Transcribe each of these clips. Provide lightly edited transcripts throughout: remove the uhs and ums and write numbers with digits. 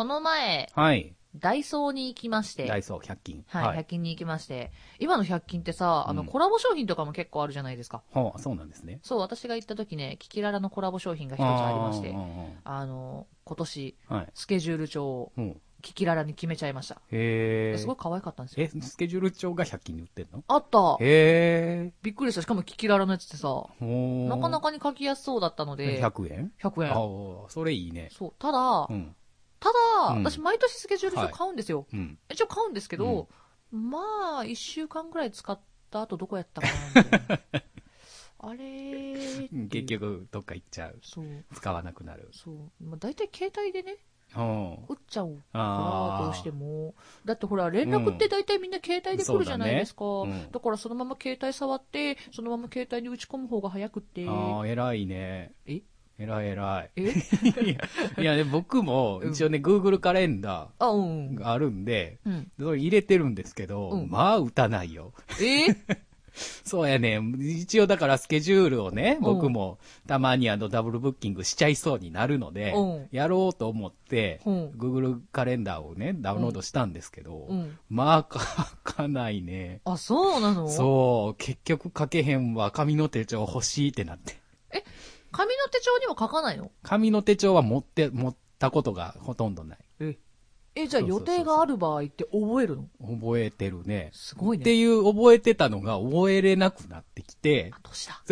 この前、 はい。 ダイソーに行きまして。 ダイソー100均。 はい、100均に行きまして。今の100均ってさ、コラボ商品とかも結構あるじゃないですか。 はあ、そうなんですね。 そう、私が行った時ね、キキララのコラボ商品が一つありまして、今年、スケジュール帳を、キキララに決めちゃいました。 へー。 すごい可愛かったんですよ。 スケジュール帳が100均に売ってんの？ あった。 へー。 びっくりした。しかもキキララのやつってさ、なかなかに書きやすそうだったので。 100円 ?100 円。 ああ、それいいね。 そう。ただ、私毎年スケジュール帳買うんですよ。一応買うんですけど、まあ、1週間ぐらい使った後どこやったかなみたいな。あれー結局、どっか行っちゃう。 そう。 使わなくなる。 そう。まあ、大体携帯でね、打っちゃうから、どうしても。だってほら、連絡って大体みんな携帯で来るじゃないですか。だからそのまま携帯触って、そのまま携帯に打ち込む方が早くって。 ああ、偉いね。偉い。いや、僕も、一応ね、Google カレンダーがあるんで、それ入れてるんですけど、まあ、打たないよ。そうやね。一応だからスケジュールをね、僕もたまにダブルブッキングしちゃいそうになるので、やろうと思って、Google カレンダーをね、ダウンロードしたんですけど、まあ、書かないね。 あ、そうなの？ そう、結局書けへんわ、紙の手帳欲しいってなって。 紙の手帳にも書かないの？ 紙の手帳は持ったことがほとんどない。 じゃあ予定がある場合って覚えるの？ 覚えてるね。 すごいね。 っていう覚えてたのが覚えれなくなってきて。 どうした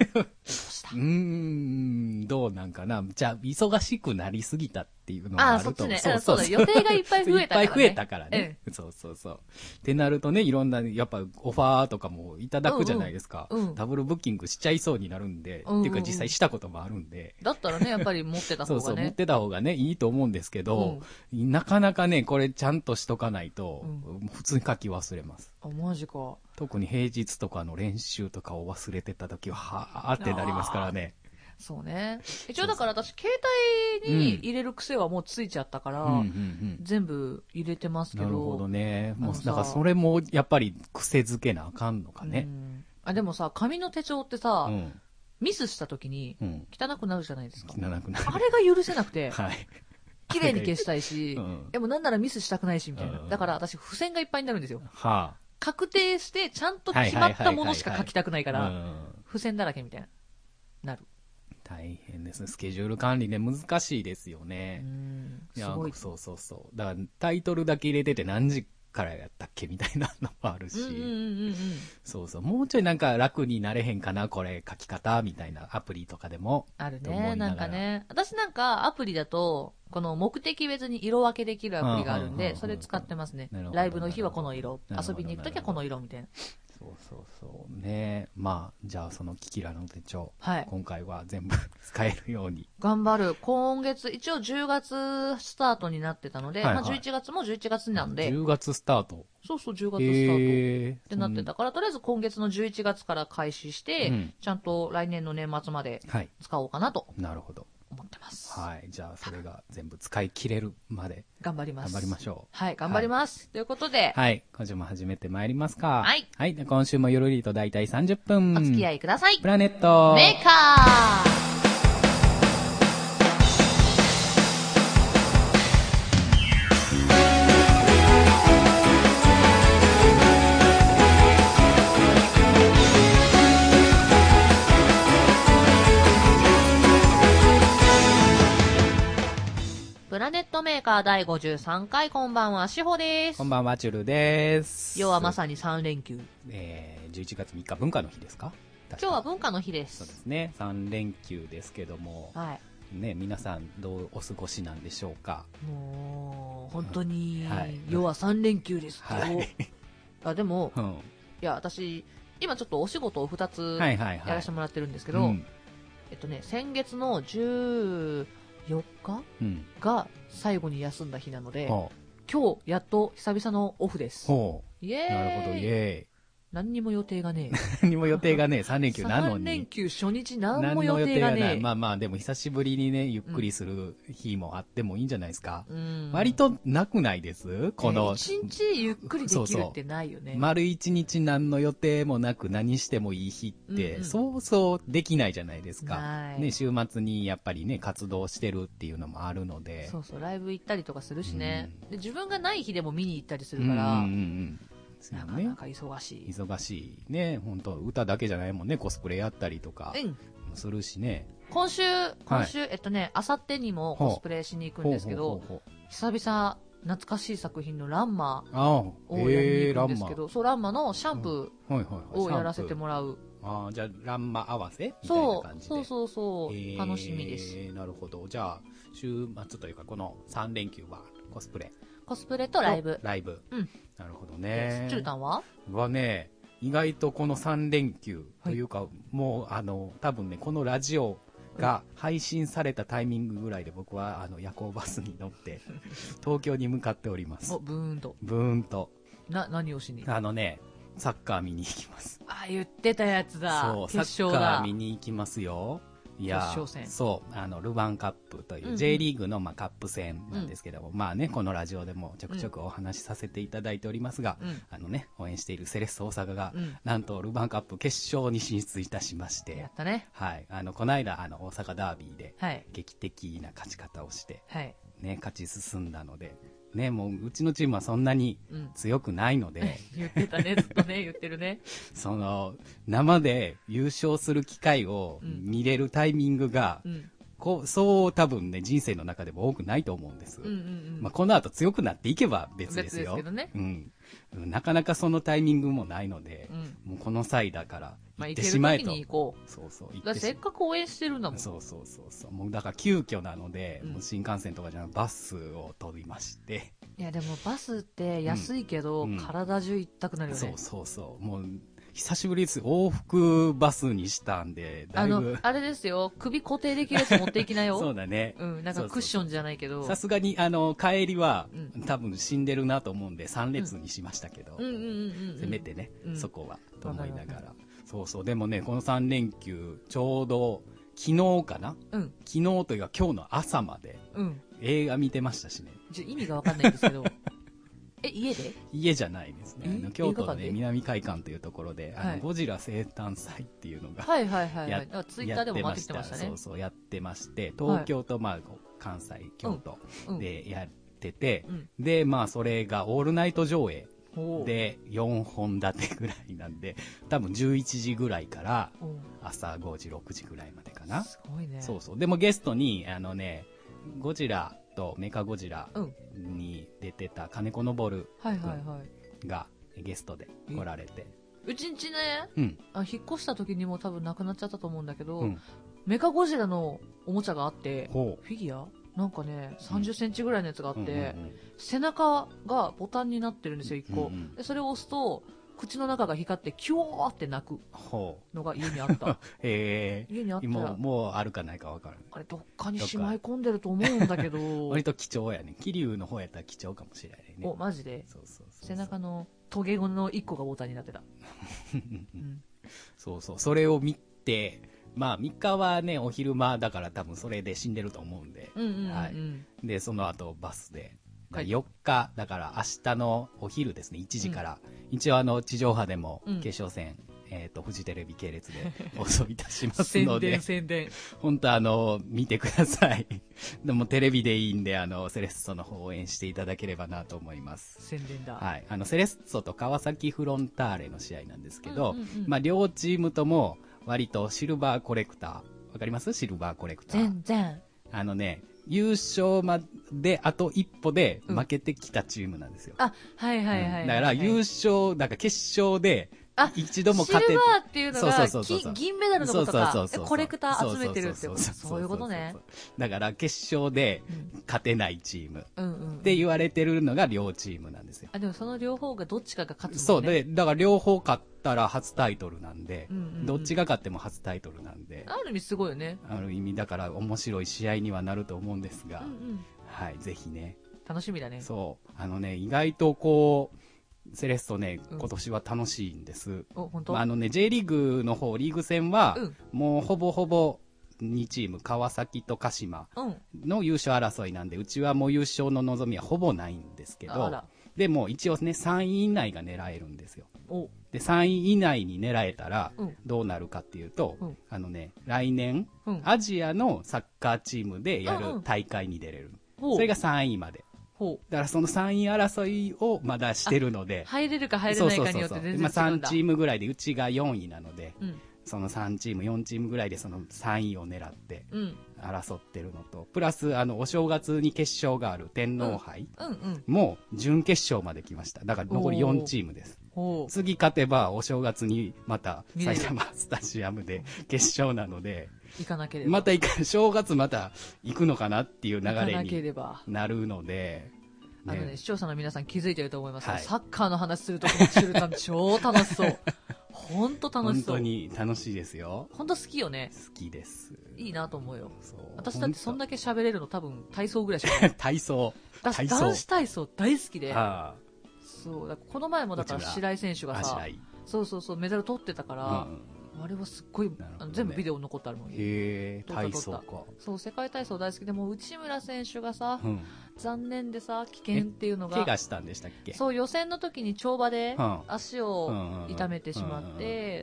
どうなんかな。じゃあ、忙しくなりすぎたっていうのがあると思う。 そうだ、予定がいっぱい増えたからね。 いっぱい増えたからね。そう。ってなるとね、いろんな、やっぱオファーとかもいただくじゃないですか。ダブルブッキングしちゃいそうになるんで、っていうか実際したこともあるんで。 だったらね、やっぱり持ってた方がね。 そう、持ってた方がね、いいと思うんですけど、なかなかね、これちゃんとしとかないと、普通に書き忘れます。 あ、マジか。 特に平日とかの練習とかを忘れてた時は、はーってなりますからね。 そうね。一応だから私、携帯に入れる癖はもうついちゃったから、全部入れてますけど。 なるほどね。もう、だからそれもやっぱり癖づけなあかんのかね。 でもさ、紙の手帳ってさ、ミスした時に汚くなるじゃないですか。 汚くなる。 あれが許せなくて。はい。綺麗に消したいし、でもなんならミスしたくないしみたいな。だから私、付箋がいっぱいになるんですよ。はあ。確定して、ちゃんと決まったものしか書きたくないから、付箋だらけみたいなる。 大変ですね。スケジュール管理ね、難しいですよね。いや、そう。だからタイトルだけ入れてて何時からやったっけみたいなのもあるし。そう。もうちょいなんか楽になれへんかな、これ書き方みたいなアプリとかでも。 あるね、なんかね。私なんかアプリだと、この目的別に色分けできるアプリがあるんで、それ使ってますね。ライブの日はこの色、遊びに行くときはこの色みたいな。 そうね。まあ、じゃあそのキキラの手帳、今回は全部使えるように。 頑張る。今月、一応10月スタートになってたので、まあ11月も11月なんで。 10月スタート。 そう、10月スタートってなってたから、とりあえず今月の11月から開始して、ちゃんと来年の年末まで使おうかなと。 なるほど。 思ってます。 はい。じゃあ、それが全部使い切れるまで。 頑張ります。 頑張りましょう。 はい、頑張ります。ということで。 はい。今週も始めてまいりますか。 はい。 はい。今週もゆるりとだいたい30分。 お付き合いください。 プラネットメーカー。プラネットメーカー第53回、こんばんは、しほです。 こんばんは、チュルです。 今日はまさに3連休。 11月3日文化の日ですか？ 今日は文化の日です。 そうですね。3連休ですけども。はい。ね、皆さんどうお過ごしなんでしょうか？ もう、本当に、要は3連休ですけど。はい、あ、でも、いや、私、今ちょっとお仕事を2つやらせてもらってるんですけど、先月の14日、が最後に休んだ日なので、今日やっと久々のオフです。 イエーイ。なるほど、イエーイ。 何にも予定がねえ。 何にも予定がねえ。3連休なのに。 3連休初日何も予定がねえ。 まあまあ、でも久しぶりにね、ゆっくりする日もあってもいいんじゃないですか。割となくないですこの。 1日ゆっくりできるってないよね。 丸1日何の予定もなく何してもいい日って、そうそうできないじゃないですか。ね、週末にやっぱりね、活動してるっていうのもあるので。 そうそう、ライブ行ったりとかするしね。で、自分がない日でも見に行ったりするから。なかなか忙しい。 忙しいね。本当歌だけじゃないもんね。コスプレやったりとかするしね。 今週、あさってにもコスプレしに行くんですけど、久々、懐かしい作品のランマをやりに行くんですけど、そう、ランマのシャンプーをやらせてもらう。 じゃあ、ランマ合わせみたいな感じで。 そう、楽しみです。 なるほど。じゃあ、週末というか、この3連休はコスプレ。 コスプレとライブ。 なるほどね。 チュルタンはね、意外とこの3連休というか、もう多分ね、このラジオが配信されたタイミングぐらいで僕は夜行バスに乗って東京に向かっております。 ブーンと。何をしに？ サッカー見に行きます。 言ってたやつだ。 そう、サッカー見に行きますよ。いや、そう、ルヴァンカップという J リーグのカップ戦なんですけども、まあね、このラジオでもちょくちょくお話しさせていただいておりますが、応援しているセレッソ大阪が、なんとルヴァンカップ決勝に進出いたしまして、 やったね。 はい、この間、大阪ダービーで、劇的な勝ち方をして、ね、勝ち進んだので、ね、もううちのチームはそんなに強くないので、 言ってたね、ずっとね、言ってるね。 生で優勝する機会を見れるタイミングが、そう多分ね、人生の中でも多くないと思うんです。この後強くなっていけば別ですよ。なかなかそのタイミングもないので、もうこの際だから行ってしまえと。 そうそう。せっかく応援してるんだもん。 そう。もうだから急遽なので、もう新幹線とかじゃなくバスを飛びまして。 いやでもバスって安いけど、体中痛くなるよね。 そう。もう久しぶりです。往復バスにしたんで、だいぶ。 あれですよ。首固定できるやつ持っていきなよ。 そうだね。 なんかクッションじゃないけど。 さすがに、帰りは、多分死んでるなと思うんで、3列にしましたけど。せめてね、そこは、と思いながら。そう。でもね、この3連休、ちょうど、昨日かな昨日というか今日の朝まで、映画見てましたしね。 意味がわかんないんですけど。家じゃないですね。京都のね、南会館というところで、ゴジラ生誕祭っていうのが、 ツイッターでも回ってきてましたね。 そう、やってまして、東京と、関西、京都でやってて、で、それがオールナイト上映で4本立てぐらいなんで、多分11時ぐらいから朝5時、6時ぐらいまでかな。 すごいね。 そう。でもゲストに、ゴジラ、メカゴジラに出てた金子昇がゲストで来られて、 うちんちね、引っ越した時にも多分なくなっちゃったと思うんだけど、メカゴジラのおもちゃがあって、フィギュアなんかね30センチぐらいのやつがあって、背中がボタンになってるんですよ1個、でそれを押すと口の中が光ってキューって鳴くのが家にあった。家にあったらもうあるかないか分からない。 あれどっかにしまい込んでると思うんだけど。 割と貴重やね。桐生の方やったら貴重かもしれないね。 マジで。背中のトゲゴの1個がボタンになってた。 そう。それを見て、3日はねお昼間だから多分それで死んでると思うんで、でその後バスで。4日、だから明日のお昼ですね、1時から、一応地上波でも決勝戦、フジテレビ系列で放送いたしますので、 宣伝。 本当見てください。でもテレビでいいんで、セレッソの方を応援していただければなと思います。 宣伝だ。 はい。セレッソと川崎フロンターレの試合なんですけど、両チームとも割とシルバーコレクター、わかります？シルバーコレクター。 全然。 優勝まであと一歩で負けてきたチームなんですよ。 はい。 だから優勝、だから決勝で一度も勝てシルバーっていうのが銀メダルのことか。コレクター集めてるってこと。そういうことね。 だから決勝で勝てないチームって言われてるのが両チームなんですよ。 でもその両方がどっちかが勝つもんね。 そうで、だから両方勝ったら初タイトルなんで、どっちが勝っても初タイトルなんで。 ある意味すごいよね。 ある意味だから面白い試合にはなると思うんですが、はい、ぜひね。 楽しみだね。 そう。意外とこう、 セレッソね、今年は楽しいんです。 本当？ J リーグの方、リーグ戦は、もうほぼほぼ2チーム、川崎と鹿島の優勝争いなんで、うちはもう優勝の望みはほぼないんですけど、でも一応ね、3位以内が狙えるんですよ。で、3位以内に狙えたら、どうなるかっていうと、来年、アジアのサッカーチームでやる大会に出れる。それが3位まで。だからその3位争いをまだしてるので。 入れるか入れないかによって全然違うんだ。 3チームぐらいで、うちが4位なので、その3チーム、4チームぐらいでその3位を狙って争ってるのと、プラスお正月に決勝がある天皇杯も準決勝まで来ました。だから残り4チームです。次勝てばお正月にまた埼玉スタジアムで決勝なので、 行かなければ。 また正月また行くのかなっていう流れになるので、 視聴者の皆さん気づいてると思いますが、サッカーの話するときのチュルタン超楽しそう。本当楽しそう。 本当に楽しいですよ。 本当好きよね。 好きです。 いいなと思うよ。私だってそんだけ喋れるの多分体操ぐらいしかない。 体操。 男子体操大好きで。そうだ、この前もだから白井選手がさ、そうメダル取ってたから、あれはすっごい全部ビデオ残ってあるもん。 体操か。 そう、世界体操大好きでも内村選手がさ、残念でさ、危険っていうのが怪我したんでしたっけ？ そう、予選の時に跳馬で足を痛めてしまって、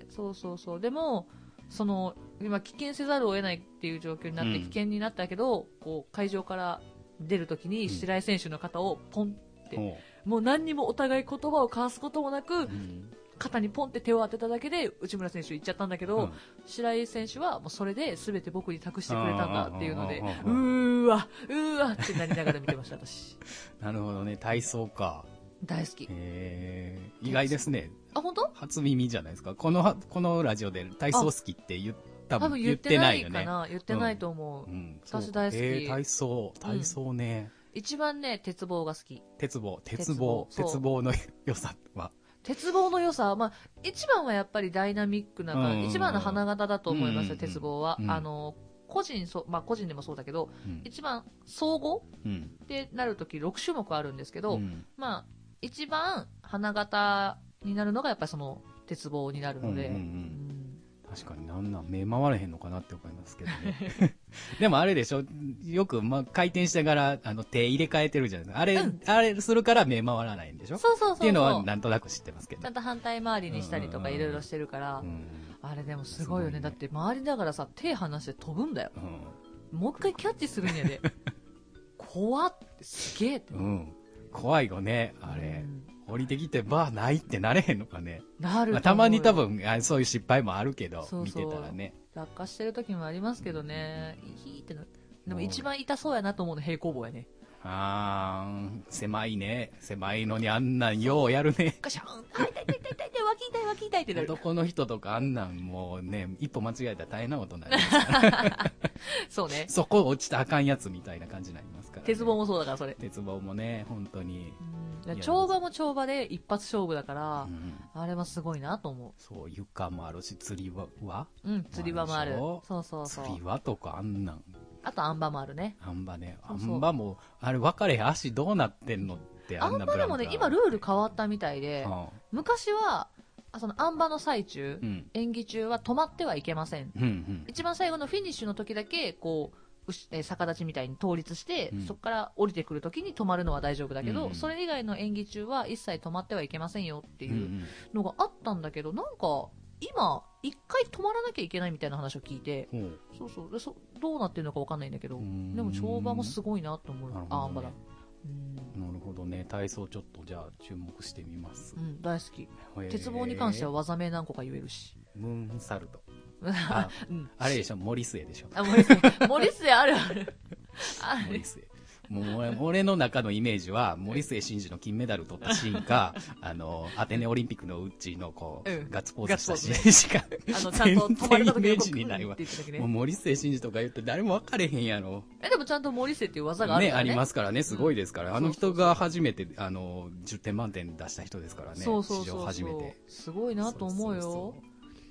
そうでも今棄権せざるを得ないっていう状況になって危険になったけど、こう会場から出る時に白井選手の肩をポンって、もう何にもお互い言葉を交わすこともなく、肩にポンって手を当てただけで内村選手行っちゃったんだけど、白井選手はもうそれで全て僕に託してくれたんだっていうので、うーわってなりながら見てました私。 なるほどね、体操か。 大好き。 意外ですね。 本当？ 初耳じゃないですか。このラジオで体操好きって多分言ってないよね。 言ってないと思う。私大好き。 体操ね。 一番ね、鉄棒が好き。 鉄棒の良さは。 鉄棒の良さは、一番はやっぱりダイナミックな一番の花形だと思いますよ、鉄棒は。個人でもそうだけど、一番総合ってなるとき6種目あるんですけど、一番花形になるのがやっぱりその鉄棒になるので、 確かに目回れへんのかなって思いますけどね。でもあれでしょ、よく回転しながら手入れ替えてるじゃないですか。あれするから目回らないんでしょ。そうっていうのはなんとなく知ってますけど。 ちゃんと反対回りにしたりとかいろいろしてるから、あれでもすごいよね。だって回りながらさ、手離して飛ぶんだよ。もう一回キャッチするんやで。怖ってすげえって。 怖いよね、あれ。降りてきてバーないってなれへんのかね。 なるたまに多分そういう失敗もあるけど、見てたらね。 落下してる時もありますけどね。でも一番痛そうやなと思うの平行棒やね。 狭いね。狭いのにあんなんようやるね。 ガシャン、脇痛いってなる。 男の人とかあんなんもうね、一歩間違えたら大変なことになりますから。 そうね。 そこ落ちたらあかんやつみたいな感じになりますから、ね。 鉄棒もそうだからそれ。 鉄棒もね、本当に。 跳馬も跳馬で一発勝負だから、あれはすごいなと思う。 そう、床もあるし、釣り輪釣り輪もある。そう。 釣り輪とかあんなん。 あと、あん馬もあるね。 あん馬ね。あん馬も、あれ分かれへん。足どうなってんのってあん馬でもね、今ルール変わったみたいで、昔は、そのあん馬の最中、演技中は止まってはいけません。一番最後のフィニッシュの時だけ、こう、逆立ちみたいに倒立して、そこから降りてくる時に止まるのは大丈夫だけど、それ以外の演技中は一切止まってはいけませんよっていうのがあったんだけど、なんか、今、一回止まらなきゃいけないみたいな話を聞いて、どうなってるのか分かんないんだけど、でも跳馬もすごいなと思う。あん馬だ。 なるほどね。体操ちょっとじゃあ注目してみます。 大好き。鉄棒に関しては技名何個か言えるし。 ムーンサルト。あれでしょ、森末でしょ。 森末ある。 森末。もう俺の中のイメージは森末慎二の金メダル取ったシーンかアテネオリンピックのうちのこう、ガッツポーズしたシーンしか全然イメージにないわ。もう森末慎二とか言って誰も分かれへんやろ。 でもちゃんと森末っていう技があるからね。 ありますからね、すごいですから。あの人が初めて10点満点出した人ですからね。史上初めて。 すごいなと思うよ。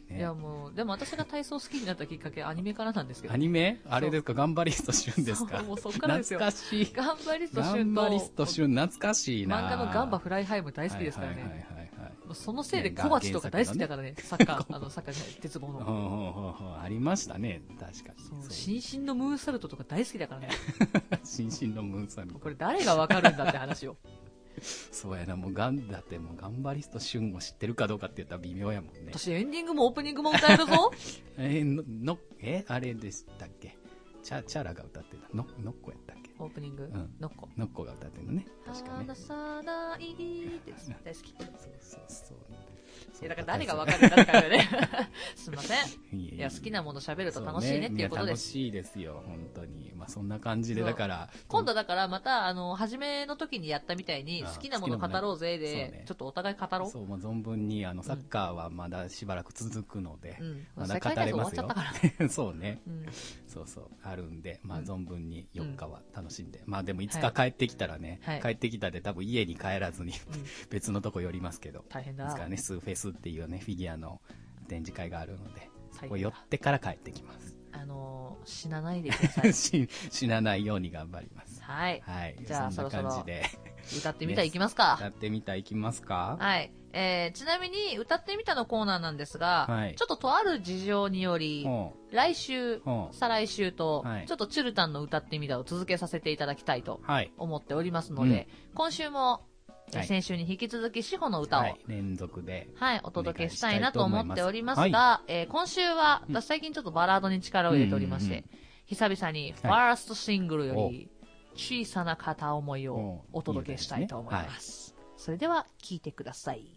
いやもう、でも私が体操好きになったきっかけ、アニメからなんですけど。 アニメあれですか、頑張りストシュンですか。 もうそっからですよ。 懐かしい。 頑張りストシュンと。 頑張りストシュン、懐かしいな。 漫画のガンバフライハイム大好きですからね。 はいはいはいはい。 そのせいで小鉢とか大好きだからね、サッカー、サッカーじゃない、鉄棒の。 ありましたね、確かに。 そう、新進のムーンサルトとか大好きだからね。 新進のムーンサルト。 これ誰がわかるんだって話を。 そうやな、もうだってもう頑張りストシュンを知ってるかどうかって言ったら微妙やもんね。 私エンディングもオープニングも歌えるぞ。 あれでしたっけ、チャラが歌ってたのっこやったっけ、 オープニング、のっこが歌ってるのね、確かね。 離さないです大好き。 そうだから誰がわかるんだからね。すみません。いや、好きなもの喋ると楽しいねっていうことです。 楽しいですよ、本当に。まあそんな感じで、だから。 今度だからまた、初めの時にやったみたいに、好きなもの語ろうぜで、ちょっとお互い語ろう。 そう、存分に、サッカーはまだしばらく続くので、まだ語れますよ。そうね。そう、あるんで、まあ存分に4日は楽しんで。まあでもいつか帰ってきたらね、帰ってきたで多分家に帰らずに別のとこ寄りますけど。 大変だ。 ですからね、スーフェスっていうね、フィギュアの展示会があるので、そこ寄ってから帰ってきます。 死なないでください。 死なないように頑張ります。 はい。 はい。 じゃあ、 そんな感じで。 歌ってみたいきますか。 歌ってみたいきますか。 はい。ちなみに、歌ってみたのコーナーなんですが、ちょっととある事情により、来週、再来週と、ちょっとチュルタンの歌ってみたを続けさせていただきたいと思っておりますので、今週も、先週に引き続き志保の歌を、 連続で、 お届けしたいなと思っておりますが、今週は、私最近ちょっとバラードに力を入れておりまして、久々にファーストシングルより、小さな片思いをお届けしたいと思います。それでは聴いてください。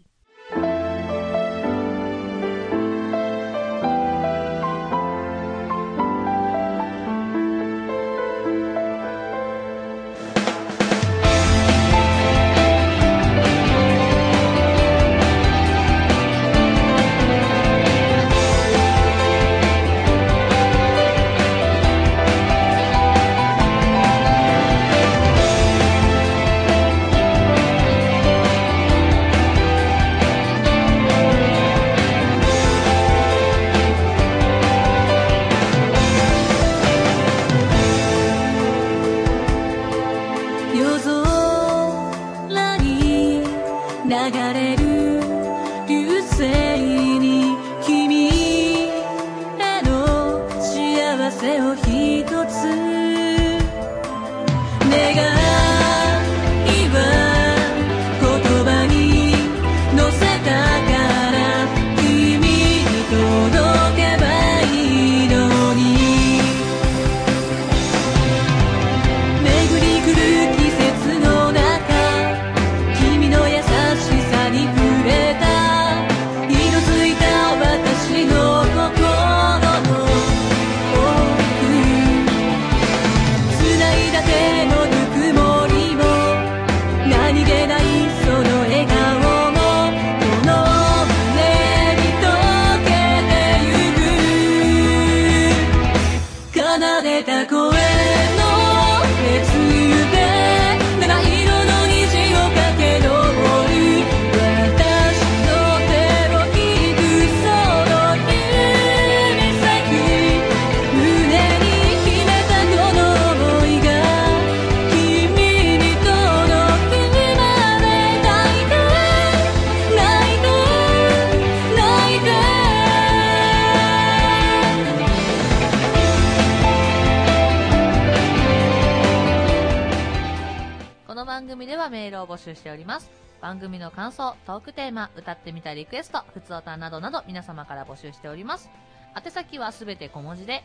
しております。番組の感想、トークテーマ、歌ってみたリクエスト、ふつおたなどなど皆様から募集しております。宛先はすべて小文字で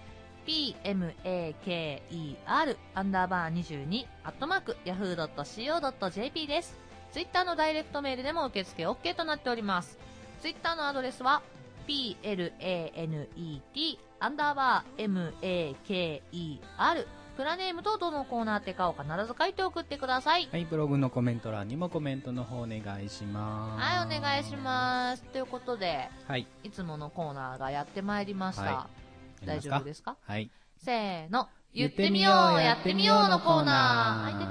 pmaker_22@yahoo.co.jp です。ツイッターのダイレクトメールでも受付 OK となっております。ツイッターのアドレスは planet_maker プラネームとどのコーナーってかを必ず書いて送ってください。 はい、ブログのコメント欄にもコメントの方お願いします。 はい、お願いします。ということで、いつものコーナーがやってまいりました。大丈夫ですか？ はい。 せーの、言ってみよう、やってみようのコーナー。はい、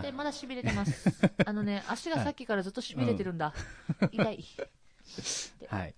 て、まだ痺れてます。足がさっきからずっと痺れてるんだ。痛い。 はい。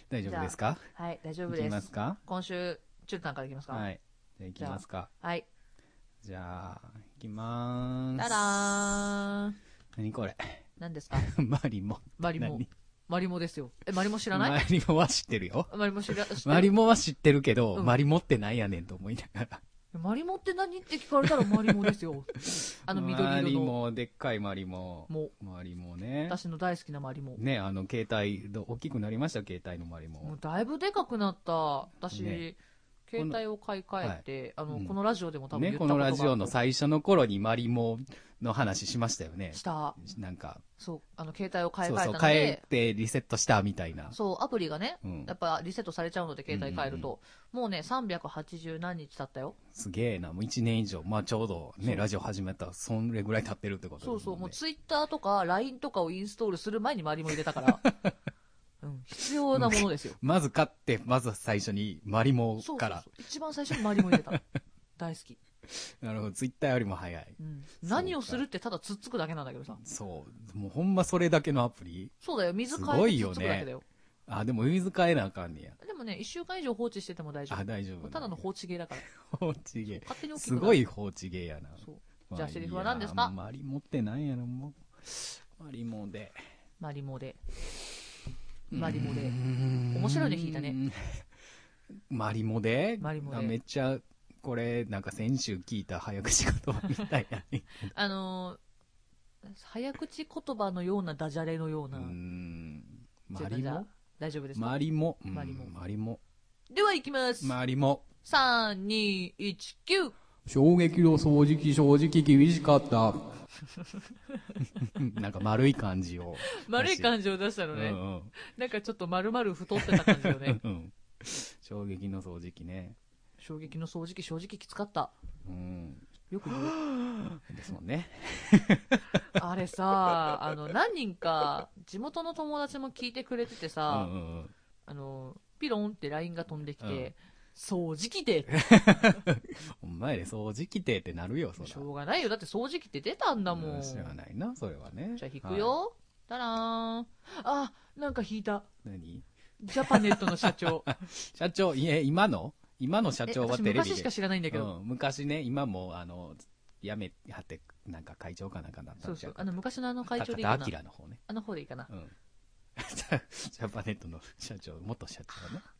大丈夫ですか？ はい、大丈夫です。 いきますか？ 今週、チュルタンからいきますか？ はい。じゃあいきますか。 はい。 じゃあ、いきまーす。 たらーん。 何これ？ 何ですか？ マリモ。 マリモ。マリモですよ。マリモ知らない？ マリモは知ってるよ。 マリモ知ってる？ マリモは知ってるけど、マリモってなんやねんと思いながら。 マリモって何って聞かれたらマリモですよ。緑色の。 マリモ、でっかいマリモ。マリモね。 私の大好きなマリモ。 ね、携帯、大きくなりました、携帯のマリモ。 もうだいぶでかくなった。私、ね、携帯を買い替えて、このラジオでも多分言ったことがある。 ね、このラジオの最初の頃にマリモの話しましたよね。 した。 なんか。 そう、携帯を買い替えたので。 そう、変えてリセットしたみたいな。 そう、アプリがね、やっぱリセットされちゃうので、携帯変えると。もうね、380何日経ったよ。 すげえな、もう1年以上。まあちょうどね、ラジオ始めたら、そんぐらい経ってるってことですね。 そうそう、もうツイッターとか LINE とかをインストールする前にマリモ入れたから。必要なものですよ。 まず買って、まず最初にマリモから。 そう一番最初にマリモ入れた。大好き。 なるほど、ツイッターよりも早い。 何をするってただつっつくだけなんだけどさ。 そう。もうほんまそれだけのアプリ？ そうだよ、水変えてつっつくだけだよ。 あ、でも水変えなあかんねや。 でもね、1週間以上放置してても大丈夫。 あ、大丈夫。 ただの放置ゲーだから。 放置ゲー。 勝手に起きる。 すごい放置ゲーやな。 そう。じゃあセリフは何ですか？ マリモって何やろ、もう。マリモで。 マリモで。マリモで。面白いの弾いたね。 マリモで？ マリモで。 めっちゃ、これ、なんか先週聞いた早口言葉みたいな。 早口言葉のようなダジャレのような。 マリモ？ 大丈夫ですか？ マリモ。マリモ。 では行きます。 マリモ。 3、2、1、9。 衝撃の掃除機、正直厳しかった。なんか丸い感じを。 丸い感じを出したのね。なんかちょっと丸々太ってた感じよね。 衝撃の掃除機ね。 衝撃の掃除機、正直きつかった。よく言う。 ですもんね。 あれさ、何人か、地元の友達も聞いてくれててさ、ピロンって LINE が飛んできて、掃除機で。 お前で掃除機でってなるよ、それ。 しょうがないよ。だって掃除機って出たんだもん。 知らないな、それはね。 じゃあ弾くよ。たらーん。あ、なんか弾いた。 何？ ジャパネットの社長。 社長、今の社長はテレビで。 昔しか知らないんだけど。 昔ね、今も、やめはって、なんか会長かなんかなったんちゃう。そうそう。昔の会長でいいかな。 高田明の方ね。 方でいいかな。 ジャパネットの社長、元社長ね。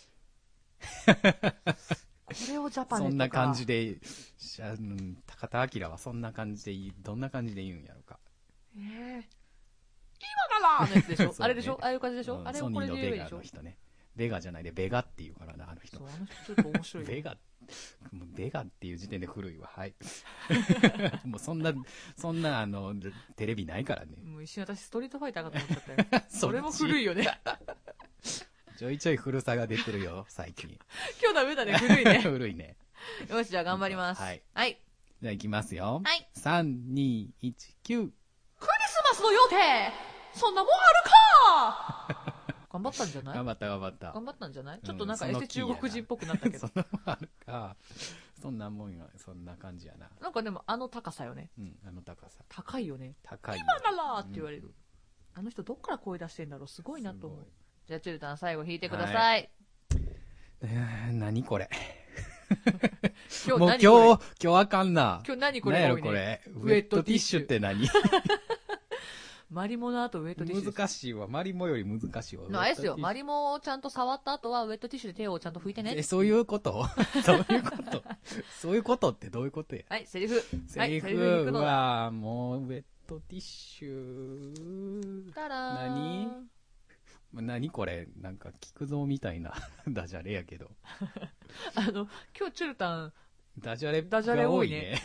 これをジャパネットか。 そんな感じで、高田明はそんな感じでどんな感じで言うんやろか。 今からのやつでしょあれでしょああいう感じでしょあれをこれで言えばいいでしょ？ ソニーのベガの人ね。ベガじゃないで、ベガって言うからな、あの人。 そう、あの人ちょっと面白い。 ベガっていう時点で古いわ。はい。もうそんな、テレビないからね。 もう一瞬私ストリートファイターかと思っちゃったよ。それも古いよね。 ちょいちょい古さが出てるよ、最近。 今日ダメだね、古いね。 古いね。 よし、じゃあ頑張ります。はい。はい。 じゃあ行きますよ。 はい。 3、2、1、9。 クリスマスの予定そんなもんあるか頑張ったんじゃない？ 頑張った頑張ったんじゃない？ちょっとなんかエセ中国人っぽくなったけど。 そんなもんあるか。そんなもんよ、そんな感じやな。 なんかでも高さよね。 高さ。 高いよね。 高い。 今ならって言われる。あの人どっから声出してんだろう？すごいなと思う。じゃあチュルタン最後弾いてください。 何これ。 今日あかんな。 今日何これ？ 何やろこれ。ウェットティッシュって何？ マリモの後ウェットティッシュ。 難しいわ。マリモより難しいわ。 あれですよ。マリモをちゃんと触った後はウェットティッシュで手をちゃんと拭いてね。 そういうことそういうことってどういうことや？ はい、セリフ。 セリフは、もう、ウェットティッシュ。 たらー。 何これなんか聞くぞみたいなダジャレやけど。 今日チュルタン、 ダジャレ多いね。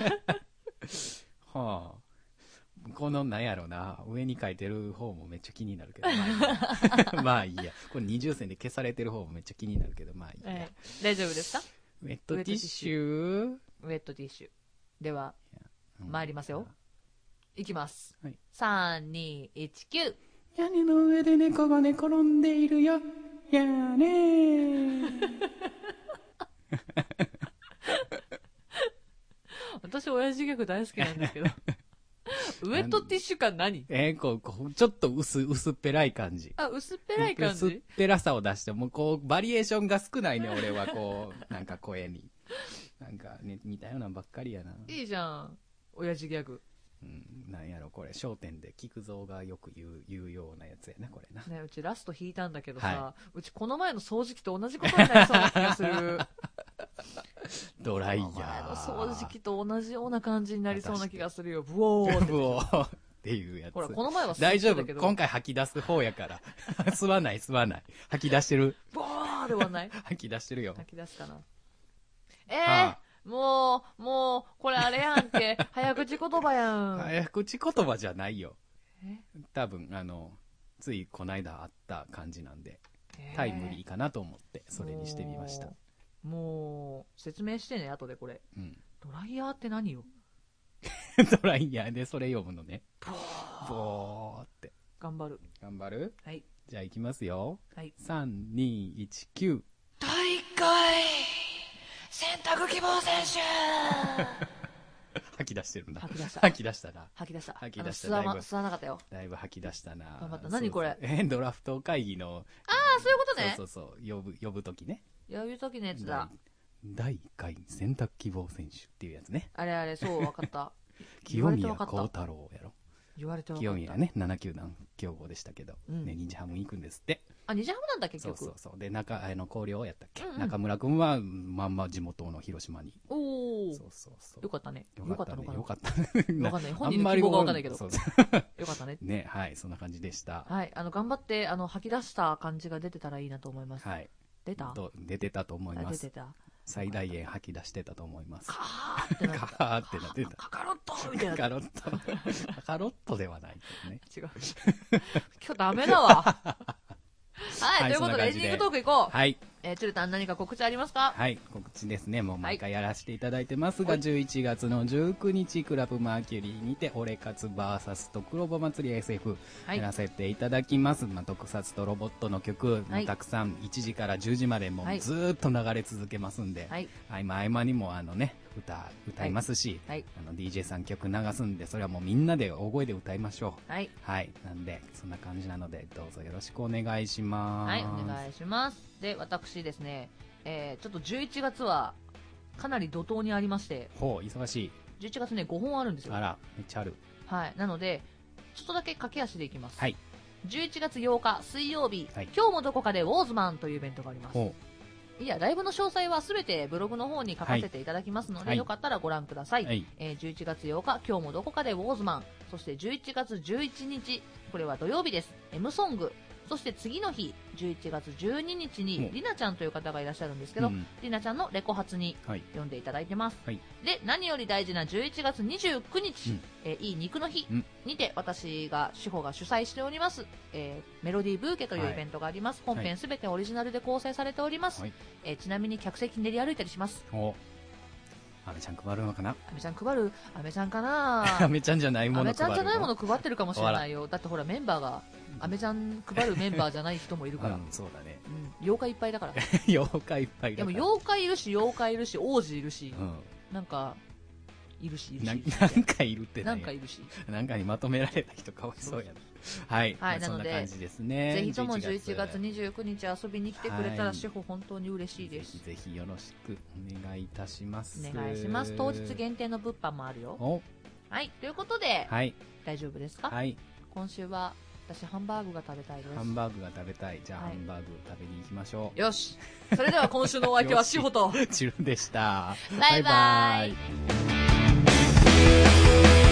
はあ。このなんやろな、上に書いてる方もめっちゃ気になるけど、まあいいや。これ20銭で消されてる方もめっちゃ気になるけど、まあいいや。 大丈夫ですか？ ウェットティッシュ。 ウェットティッシュ。では、参りますよ。いきます。 はい、 3、2、1、9。 屋根の上で猫が寝転んでいるよ。やーねー。 私、親父ギャグ大好きなんですけど。 ウエットティッシュ感何？ こう、ちょっと薄っぺらい感じ。 あ、薄っぺらい感じ？ 薄っぺらさを出して、もうこう、バリエーションが少ないね、俺はこう、なんか声に。なんかね、似たようなばっかりやな。 いいじゃん。親父ギャグ。 なんやろ、これ、笑点で菊蔵がよく言うようなやつやな、これな。 ね、うちラスト引いたんだけどさ、うちこの前の掃除機と同じことになりそうな気がする。 ドライヤー。 前の掃除機と同じような感じになりそうな気がするよ。ブオーって。 ブオーっていうやつ。 ほら、この前は大丈夫。今回吐き出す方やから。吸わない。吐き出してる。 ボーではない？ 吐き出してるよ。 吐き出すかな。もう、これあれやんけ。早口言葉やん。 早口言葉じゃないよ。多分、ついこないだあった感じなんで、タイムリーかなと思って、それにしてみました。 もう、説明してね、後でこれ。ドライヤーって何よ？ ドライヤーでそれ読むのね。ボーって。 頑張る？はい。 じゃあ行きますよ。 はい。 3、2、1、9。 大会選択希望選手吐き出してるな。 吐き出したな。 吸わなかったよ。 だいぶ吐き出したな。 頑張った。何これ？ ドラフト会議の。 ああ、そういうことね。 そう呼ぶときね。 呼ぶときのやつだ。 第1回選択希望選手っていうやつね。 あれ、そう、わかった。 清宮幸太郎やろ。 言われてわかった。 清宮ね、7球団競合でしたけど、ね、日ハム行くんですって。 あ、日ハムなんだ、結局。 そう。で、広陵やったっけ、中村くんは、まんま地元の広島に。 おー。 そう。 よかったね。 よかったのかな。よかった。 わかんない。本人の希望がわかんないけど。よかったね。 ね、はい、そんな感じでした。 はい、頑張って、吐き出した感じが出てたらいいなと思います。 はい。 出てたと思います。 出てた。 最大限吐き出してたと思います。 カーってなってた。カカロットみたいな。カカロットではないけどね。 違う。今日ダメだわ。はい、ということでエンディングトーク行こう。 はい。 チュルタン何か告知ありますか？ はい、告知ですね。もう毎回やらせていただいてますが、11月の19日、クラブマーキュリーにて、オレカツ VS と黒ボ祭り SF やらせていただきます。特撮とロボットの曲、たくさん1時から10時までもうずーっと流れ続けますんで、合間にも歌いますし、DJ さん曲流すんで、それはもうみんなで大声で歌いましょう。はい。なんで、そんな感じなので、どうぞよろしくお願いします。 はい、お願いします。で、私ですね、ちょっと11月はかなり怒涛にありまして。 忙しい。 11月ね、5本あるんですよ。 あら、めっちゃある。 はい。なので、ちょっとだけ駆け足でいきます。 はい。 11月8日水曜日、今日もどこかでウォーズマンというイベントがあります。いや、ライブの詳細はすべてブログの方に書かせていただきますので、よかったらご覧ください。11月8日、今日もどこかでウォーズマン。そして11月11日、これは土曜日です。M ソング。そして次の日、11月12日にりなちゃんという方がいらっしゃるんですけど、りなちゃんのレコ発に読んでいただいてます。で、何より大事な11月29日、いい肉の日にて私が志保が主催しております、メロディーブーケというイベントがあります。本編すべてオリジナルで構成されております。ちなみに客席練り歩いたりします。 アメちゃん配るのかな？ アメちゃん配る？アメちゃんかな？ アメちゃんじゃないもの配るの？アメちゃんじゃないもの配ってるかもしれないよ。だってほらメンバーがアメちゃん配るメンバーじゃない人もいるから。 そうだね。 妖怪いっぱいだから。 妖怪いっぱいだから。 でも妖怪いるし、王子いるし、なんかいるし。 なんかいるってなんかいるし。 なんかにまとめられた人かわいそうやな。はい。 なので、ぜひとも11月29日遊びに来てくれたら、志保本当に嬉しいです。 ぜひよろしくお願いいたします。 お願いします。当日限定の物販もあるよ。はい、ということで、大丈夫ですか？はい。今週は、私ハンバーグが食べたいです。 ハンバーグが食べたい。じゃあ、ハンバーグ食べに行きましょう。 よし。それでは今週のお相手は志保とチルでした。 バイバイ。